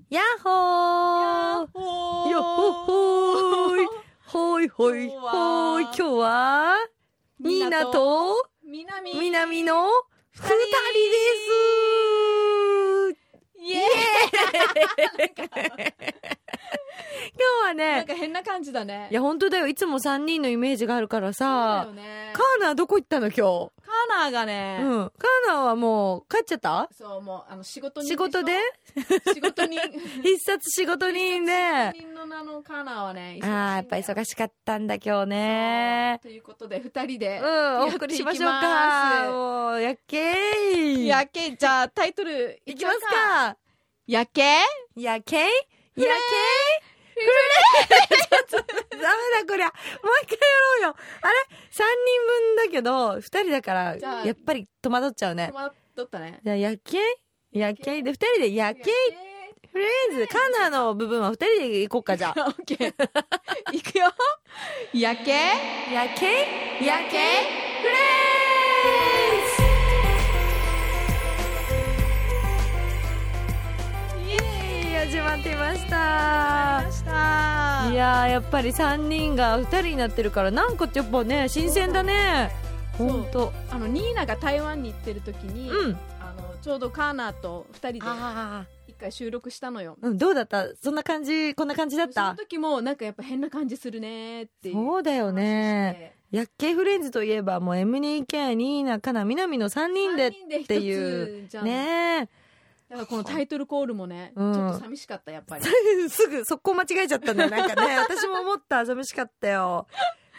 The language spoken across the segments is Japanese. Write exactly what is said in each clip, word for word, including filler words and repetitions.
やっほーやっほーよっほほーいほいほいほい今日はニーナとみなみみなみのふたりですイエーイ今日はねなんか変な感じだね。 いや本当だよ、いつもさんにんのイメージがあるからさ、 そうだよね、 カーナーどこ行ったの今日。 カーナーがね、 うん、カーナーはもう帰っちゃった。 そう、もうあの仕事人仕事で仕事人必殺仕事人で仕事人の名のカーナーはね、 あーやっぱ忙しかったんだ今日ね。 ということでふたりでうんお送りしましょうか。もうやっけーやけじゃあタイトルいきますか。 やけやけいやけいフレちょっとダメだこりゃ。もう一回やろうよ。あれさんにんぶんだけどふたりだからやっぱり戸惑っちゃうね。 戸惑ったね。 じゃあやけいやけいでふたりでやけいフレーズカーナーの部分はふたりでいこうか。じゃあオッケーいくよ。やけやけいやけいフレーズイエーイ始まってましたましたいやーやっぱりさんにんがふたりになってるからなんかやっぱね新鮮だね。ほんとあのニーナが台湾に行ってる時に、 うん、 あのちょうどカーナーとふたりであ一回収録したのよ。 うん、どうだった？そんな感じこんな感じだった？ その時もなんかやっぱ変な感じするねっていう。 そうだよね。やっけいフレンズといえばもう エムニーケー、ニーナ、カナ、ミナミのさんにんでっていうね。 だからこのタイトルコールもね、うん、ちょっと寂しかったやっぱりすぐ速攻間違えちゃったんだよなんかね私も思った寂しかったよ。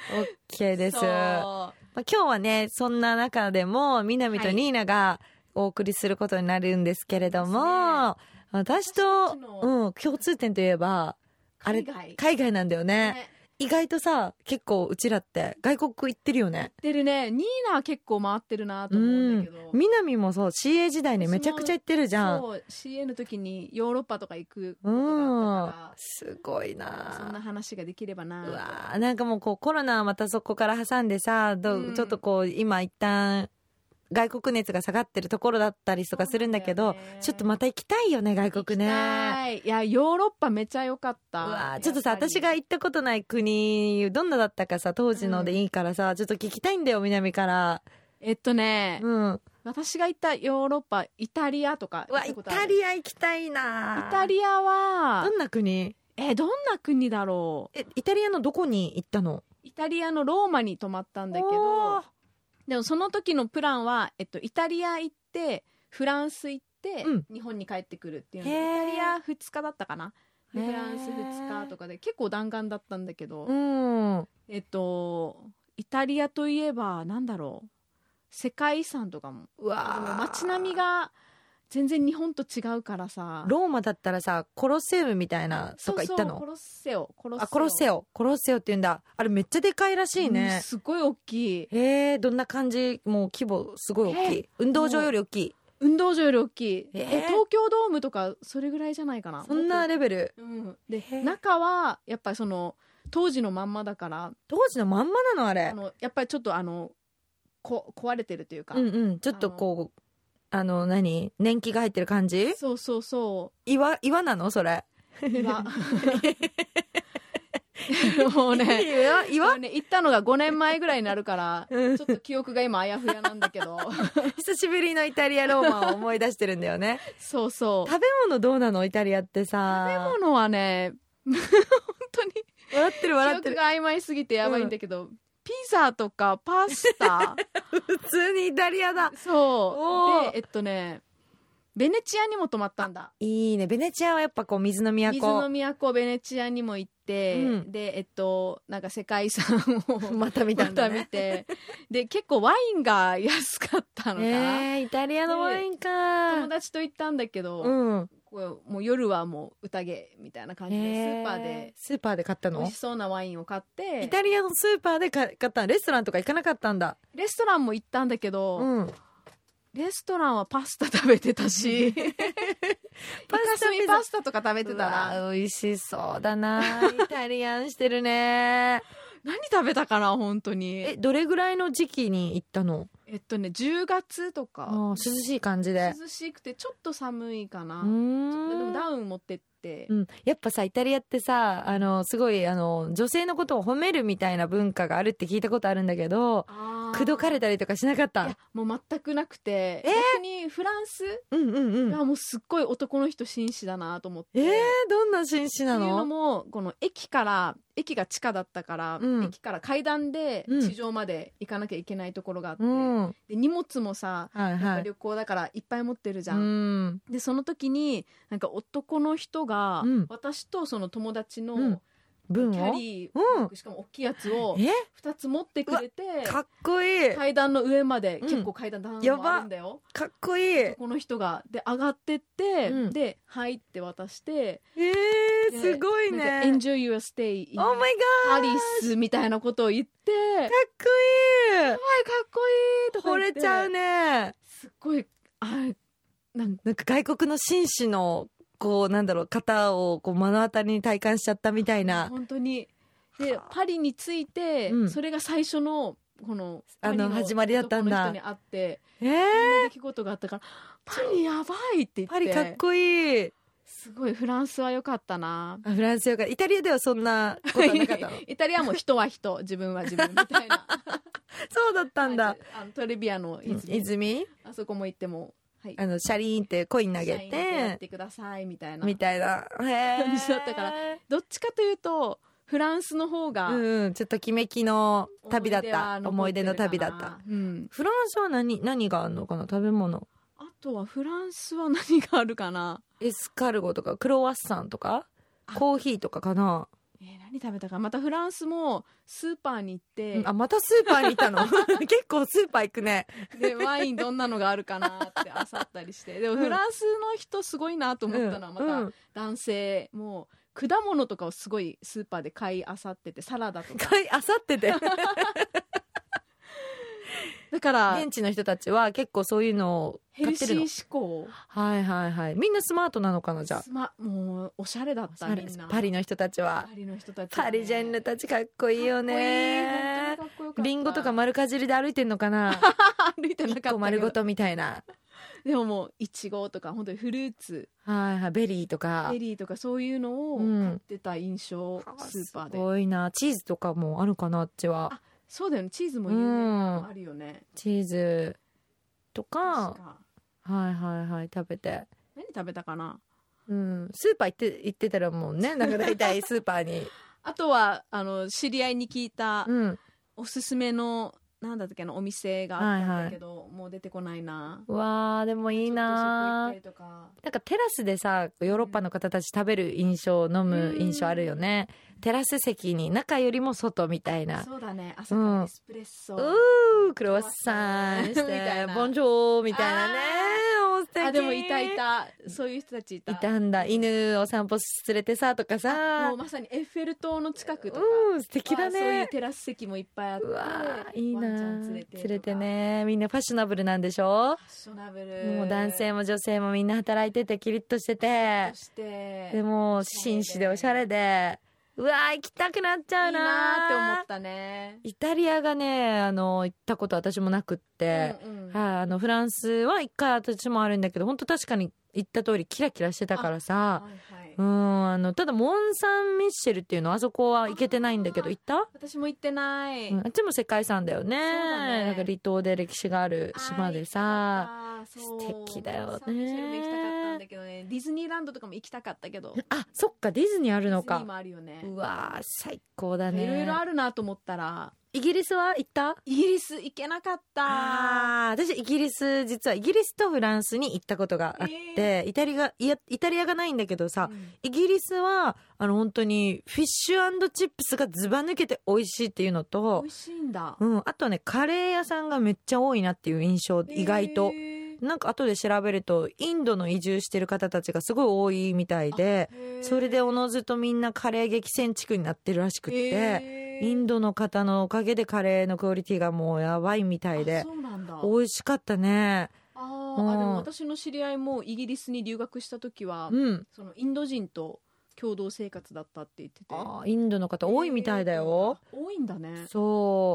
OK です。まあ、今日はねそんな中でもミナミとニーナがお送りすることになるんですけれども、はい、私と、うん、共通点といえばあれ海外、海外なんだよね。ね意外とさ結構うちらって外国行ってるよね。行ってるね。ニーナは結構回ってるなと思うんだけど、 みなみもそう シーエー 時代にめちゃくちゃ行ってるじゃん。 そう シーエー の時にヨーロッパとか行くことがあったから、 すごいな。 そんな話ができればな。 うわなんかもうこうコロナまたそこから挟んでさど、うん、ちょっとこう今一旦外国熱が下がってるところだったりとかするんだけど、ね、ちょっとまた行きたいよね外国ね。 行きたい。いやヨーロッパめちゃ良かった。 うわちょっとさ私が行ったことない国どんなだったかさ当時のでいいからさ、うん、ちょっと聞きたいんだよ南から。 えっとね、 うん、 私が行ったヨーロッパイタリアとか。 うわイタリア行きたいな。 イタリアはどんな国？ えどんな国だろう。 えイタリアのどこに行ったの？ イタリアのローマに泊まったんだけど、でもその時のプランは、えっと、イタリア行ってフランス行って、うん、日本に帰ってくるっていうのでイタリアふつかだったかな。でフランスふつかとかで結構弾丸だったんだけど、 うん、 えっとイタリアといえばなんだろう世界遺産とかも。 うわでも街並みが全然日本と違うからさ。 ローマだったらさコロッセウムみたいなとか行ったの？ そうそうコロッセオコロッセオあコロッセオコロッセオって言うんだ。あれめっちゃでかいらしいね、 うん、すごい大きい。 へえどんな感じ？もう規模すごい大きい。運動場より大きい。 運動場より大きい。え東京ドームとかそれぐらいじゃないかな。 そんなレベル、 うん、で中はやっぱりその当時のまんまだから。 当時のまんまなのあれ。 あのやっぱりちょっとあのこ壊れてるというか、 うんうん、ちょっとこうあの何年季が入ってる感じ。 そうそうそう。 岩岩なのそれ？ 岩もうね岩岩ね行ったのがごねんまえぐらいになるから、うん、ちょっと記憶が今あやふやなんだけど久しぶりのイタリアローマを思い出してるんだよねそうそう。 食べ物どうなのイタリアってさ。 食べ物はね本当に笑ってる笑ってる。 記憶が曖昧すぎてやばいんだけど、うんピザとかパスタ普通にイタリアだ。 そうでえっとねベネチアにも泊まったんだ。 いいね。ベネチアはやっぱこう水の都。 水の都ベネチアにも行って、うん、でえっとなんか世界遺産をまた見たんだね。 また見てで結構ワインが安かったのか、 えー、イタリアのワインか。 友達と行ったんだけど、 うん、 こうもう夜はもう宴みたいな感じで、スーパーでスーパーで買ったの？ 美味しそうなワインを買って。 イタリアのスーパーで買ったの？レストランとか行かなかったんだ？ レストランも行ったんだけど、 うん、 レストランはパスタ食べてたしパスタパスタとか食べてたら美味しそうだなイタリアンしてるね何食べたかな本当に。 えどれぐらいの時期に行ったの？ えっとねじゅうがつとか涼しい感じで涼しくてちょっと寒いかな。 うーんでもダウン持ってって、 うん、やっぱさイタリアってさあのすごいあの女性のことを褒めるみたいな文化があるって聞いたことあるんだけど、口説かれたりとかしなかった？ いやもう全くなくて、えー、逆にフランスうんうんうんがもうすっごい男の人紳士だなと思って。 えー、どんな紳士なの？ っていうのもこの駅から駅が地下だったから、うん、駅から階段で地上まで行かなきゃいけないところがあって、うん、で荷物もさ、はいはい、やっぱ旅行だからいっぱい持ってるじゃん、うん、でその時になんか男の人が、うん、私とその友達の、うん分をキャリー、うん、しかも大きいやつをふたつ持ってくれて、 かっこいい。 階段の上まで、うん、結構階段段もあるんだよ。 かっこいい。 この人がで上がってって、うん、で入って渡して、 えー、すごいね。 Enjoy your stay in Oh my god パリスみたいなことを言って、かっこいい。 やばいかっこいいとか言って、 惚れちゃうね。 すっごいあなんなんか外国の紳士のこうなんだろう方をこう目の当たりに体感しちゃったみたいな。 本当にでパリに着いて、うん、それが最初のこのあの始まりだったんだ。 男の人に会って、 えー、 そんな出来事があったからパリやばいって言って。 パリかっこいい。 すごいフランスは良かったな。 あフランス良かった。イタリアではそんなことはなかったの？ イタリアも人は人自分は自分みたいなそうだったんだ。 あのトレビアの泉、 泉あそこも行っても。はい、 あのシャリーンってコイン投げてやってくださいみたいなみたいな感じだったから、どっちかというとフランスの方が、 うん、ちょっと決めきの旅だった。思い出の旅だった、うん、フランスは何何があるのかな？食べ物。 あとはフランスは何があるかな？ エスカルゴとかクロワッサンとかコーヒーとかかな。 えー、何食べたか。またフランスもスーパーに行って、 うん、あまたスーパーに行ったの結構スーパー行くね。 でワインどんなのがあるかなってあさったりしてでもフランスの人すごいなと思ったのは、また男性も果物とかをすごいスーパーで買いあさってて、サラダとか買いあさっててだから現地の人たちは結構そういうのを買ってるの。 ヘルシー志向。 はいはいはい。みんなスマートなのかなじゃあ。 スマもうおしゃれだった。みんなパリの人たちは。 パリの人たち、ね、 パリジェンヌたちかっこいいよね。リンゴとか丸かじりで歩いてんのかな歩いてなかったけど。いっこ丸ごとみたいな。 でももういちごとか本当にフルーツ、 はいはい、ベリーとかベリーとかそういうのを買ってた印象、うん、スーパーで。 すごいな。チーズとかもあるかなあっちは。 あそうだよね、チーズも有名あるよね、 うん、チーズとかはいはいはい食べて。 何食べたかな。 うんスーパー行って行ってたらもうねなんか大体スーパーにあとはあの知り合いに聞いた、うん、おすすめのなんだったっけなお店があったんだけど、はいはい、もう出てこないな。 うわーでもいいな。なんかテラスでさヨーロッパの方たち食べる印象、うん、飲む印象あるよね。テラス席に中よりも外みたいな。 そうだね。朝からエスプレッソ、 うん、うークロワッサンしてボンジョーみたいなね。 あでもいたいたそういう人たちいたいたんだ。犬を散歩連れてさとかさ、 もうまさにエッフェル塔の近くとか、 うん素敵だね。 そういうテラス席もいっぱいあって、うわいいな。連れて連れてね。みんなファッショナブルなんでしょ。 ファッショナブル。 もう男性も女性もみんな働いててキリッとしてて、 そしてでも紳士でおしゃれで、うわー行きたくなっちゃうな。 いいなって思ったね。 イタリアがねあの行ったこと私もなくって、うんうん、はあ、あのフランスは一回私もあるんだけど、本当確かに言った通りキラキラしてたからさ、はいはい、うんあのただモン・サン・ミッシェルっていうのあそこは行けてないんだけど行った？ 私も行ってない、 うん、あっちも世界遺産だよ ね, ねなんか離島で歴史がある島でさ素敵だよね。 サン・ミッシェルも行きたかったんだけどね。ディズニーランドとかも行きたかったけど、 あそっかディズニーあるのか。 ディズニーもあるよね。 うわ最高だね。 いろいろあるなと思ったらイギリスは行った？ イギリス行けなかった。 あ私イギリス実はイギリスとフランスに行ったことがあって、えー、イタリアいやイタリアがないんだけどさ、うん、イギリスはあの本当にフィッシュ&チップスがずば抜けて美味しいっていうのと、 美味しいんだ、 うん、あとねカレー屋さんがめっちゃ多いなっていう印象、意外と、えーなんか後で調べるとインドの移住してる方たちがすごい多いみたいで、それでおのずとみんなカレー激戦地区になってるらしくって、インドの方のおかげでカレーのクオリティがもうやばいみたいで、 そうなんだ、 美味しかったね。 あ、うん、あでも私の知り合いもイギリスに留学した時は、うん、そのインド人と共同生活だったって言ってて、 あインドの方多いみたいだよ。 多いんだね。 そう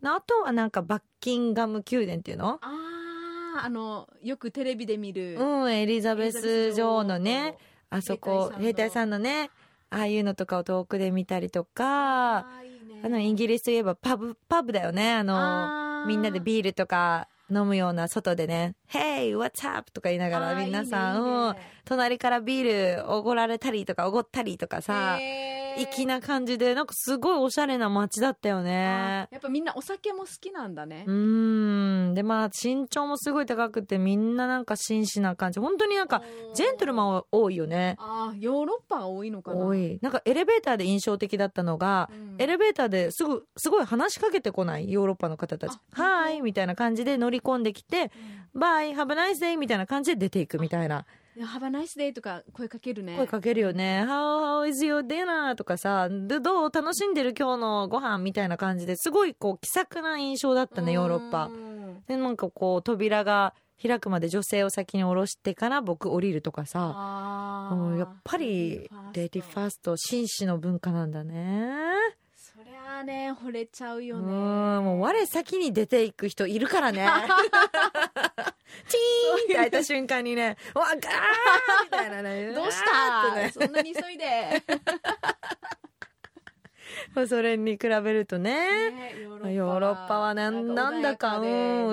あとはなんかバッキンガム宮殿っていうの、 ああ、あのよくテレビで見る、 うん、エリザベス女王のね、あそこ兵隊さんのね、ああいうのとかを遠くで見たりとか、あ, いい、ね、あのイギリスといえばパブパブだよね、あのあみんなでビールとか飲むような外でね Hey what's up とか言いながら皆さん、いいねいいね、うん、隣からビールおごられたりとかおごったりとかさ、粋な感じでなんかすごいおしゃれな街だったよね。 やっぱみんなお酒も好きなんだね。 うーんでまあ身長もすごい高くてみんななんか紳士な感じ、本当になんかジェントルマンは多いよね。 あヨーロッパが多いのかな。 多い。なんかエレベーターで印象的だったのが、うん、エレベーターですぐすごい話しかけてこないヨーロッパの方たち、はいみたいな感じで乗り込んできて、うん、バイハブナイスデイみたいな感じで出ていくみたいな。 ハバナイスデーとか声かけるね。 声かけるよね。How, how is your dinner? とかさ、でどう楽しんでる今日のご飯みたいな感じですごいこう気さくな印象だったね、ヨーロッパ。でなんかこう扉が開くまで女性を先に降ろしてから僕降りるとかさ、あやっぱりレディファースト紳士の文化なんだね。 そりゃあね惚れちゃうよね。 うんもう我先に出ていく人いるからね。チーンって開いた瞬間にね、わガーみたいなね。 どうした、ね、そんなに急いで。 それに比べるとね、ねヨーロッパ、ヨーロッパはなん、なんだか、うん、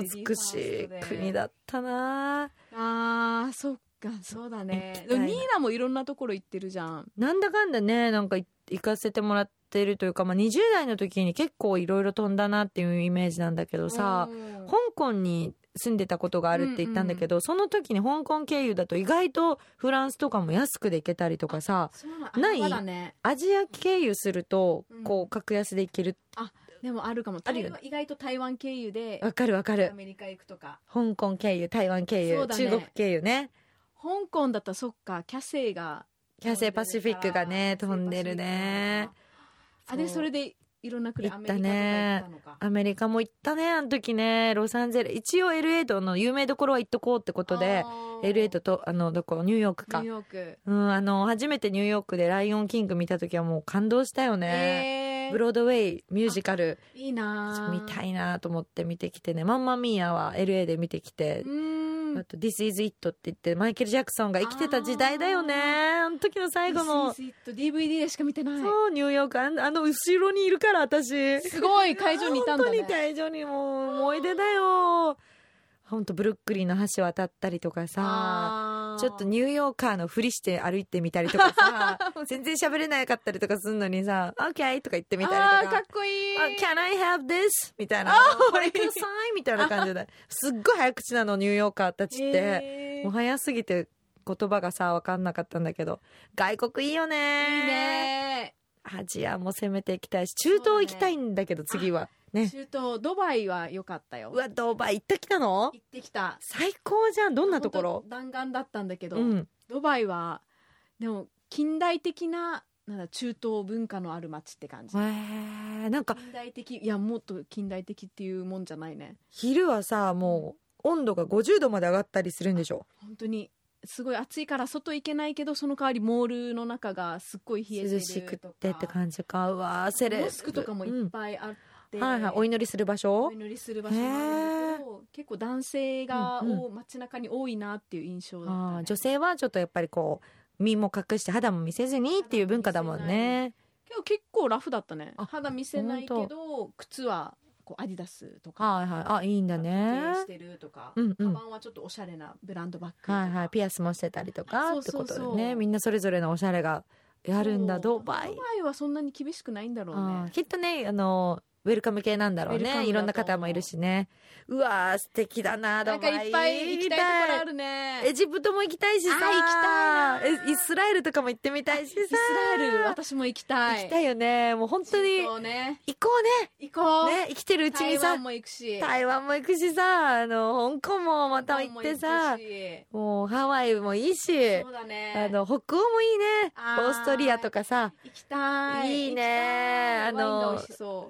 美しい国だったな。 あーそっかそうだね。ニーナもいろんなところ行ってるじゃん。 なんだかんだねなんか行かせてもらってるというか、まあ、にじゅう代の時に結構いろいろ飛んだなっていうイメージなんだけどさ、香港に住んでたことがあるって言ったんだけど、うんうん、その時に香港経由だと意外とフランスとかも安くで行けたりとかさ、ない、ね、アジア経由するとこう格安で行ける、 うん、あでもあるかも。あるよね、意外と台湾経由でわかるわかる。 アメリカ行くとか香港経由台湾経由、ね、中国経由ね。 香港だったらそっかキャセイがキャセイパシフィックがね飛んでるね。 あでそれでいろんな国行ったね。アメリカも行ったねあの時ね。ロサンゼル一応 エルエー との有名どころは行っとこうってことで エルエー ととあのどこニューヨークかニューヨーク、 うん、あの初めてニューヨークでライオンキング見た時はもう感動したよね、えー、ブロードウェイミュージカルいいな見たいなと思って見てきてね。マンマミーアは エルエー で見てきて、 うんあと This is It って言ってマイケル・ジャクソンが生きてた時代だよね。あの時の最後の This is It ディーブイディー でしか見てない。 そうニューヨーク あ, あの後ろにいるから私すごい会場にいたんだね。 本当に会場にもう思い出だよ。本当ブルックリンの橋渡ったりとかさ、ちょっとニューヨーカーのふりして歩いてみたりとかさ全然喋れなかったりとかするのにさ OK とか言ってみたりとか、 あかっこいい。 Can I have this? みたいなこれくださいみたいな感じですっごい早口なのニューヨーカーたちって、えー、もう早すぎて言葉がさ分かんなかったんだけど外国いいよね。 いいね。 アジアも攻めていきたいし中東行きたいんだけど次はね、 中東ドバイは良かったよ。 うわドバイ行ってきたの？ 行ってきた。 最高じゃん。どんなところ？ 弾丸だったんだけど、 うん、 ドバイはでも近代的ななんだ中東文化のある街って感じ。 へーなんか近代的いやもっと近代的っていうもんじゃないね。 昼はさもう温度がごじゅうどまで上がったりするんでしょ。 本当にすごい暑いから外行けないけどその代わりモールの中がすっごい冷えてるとか涼しくってって感じか。うわセレモスクとかもいっぱいあって、 うんはいはい、お祈りする場所お祈りする場所があるけど結構男性が、うんうん、街中に多いなっていう印象だった、ね、 あ女性はちょっとやっぱりこう身も隠して肌も見せずにっていう文化だもんね。 けど結構ラフだったね。肌見せないけど靴はこうアディダスとか、 はいはい、あいいんだね。 してるとか、 うんうん、 カバンはちょっとおしゃれなブランドバッグとか、 はいはい、ピアスもしてたりとかってことでね。みんなそれぞれのおしゃれがやるんだ。ドバイドバイはそんなに厳しくないんだろうね。 きっとねあのウェルカム系なんだろうね。いろんな方もいるしね。うわー素敵だなドバイ。 なんかいっぱい行きたいところあるね。 エジプトも行きたいしさ、 あ行きたいな。 イスラエルとかも行ってみたいしさ。イスラエル私も行きたい。 行きたいよね。もう本当に行こうね。 行こうね。生きてるうちにさ台湾も行くし台湾も行くしさあの香港もまた行ってさもうハワイもいいしそうだね。 あの北欧もいいね。オーストリアとかさ行きたい。 いいね。あのワインが美味しそう。 ベルギ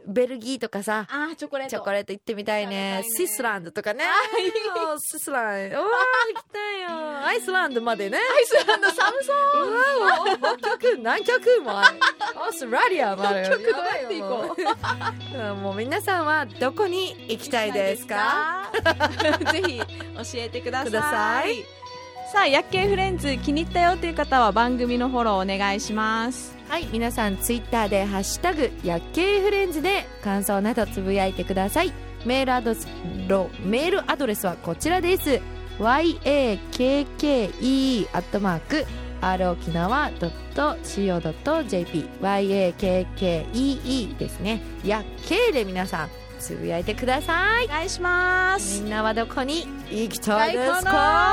ギーとかさ、 あーチョコレートチョコレート行ってみたいね。 食べたいねスイスランドとかね。 あーいいスイスランド。うわー行きたいよ。アイスランドまでね。 アイスランド寒そううわー北極南極もある。オーストラリアもある。 北極どうやって行こううもう皆さんはどこに行きたいですか？ ぜひ教えてください。 ください。 さあ、薬系フレンズ気に入ったよという方は番組のフォローお願いします。 はい、皆さんツイッターでハッシュタグ薬系フレンズで感想などつぶやいてください。メールアドレスメールアドレスはこちらです。 ワイエーケーケーイー アットマーク アール 沖縄 ドット シーオー ドット ジェーピー ワイエーケーケーイーイー ですね。薬系で皆さんつぶやいてください。 お願いします。 みんなはどこに行きたいですか？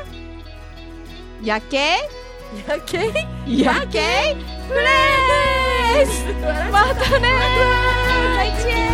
薬系薬系薬系フレンズまたね。再见。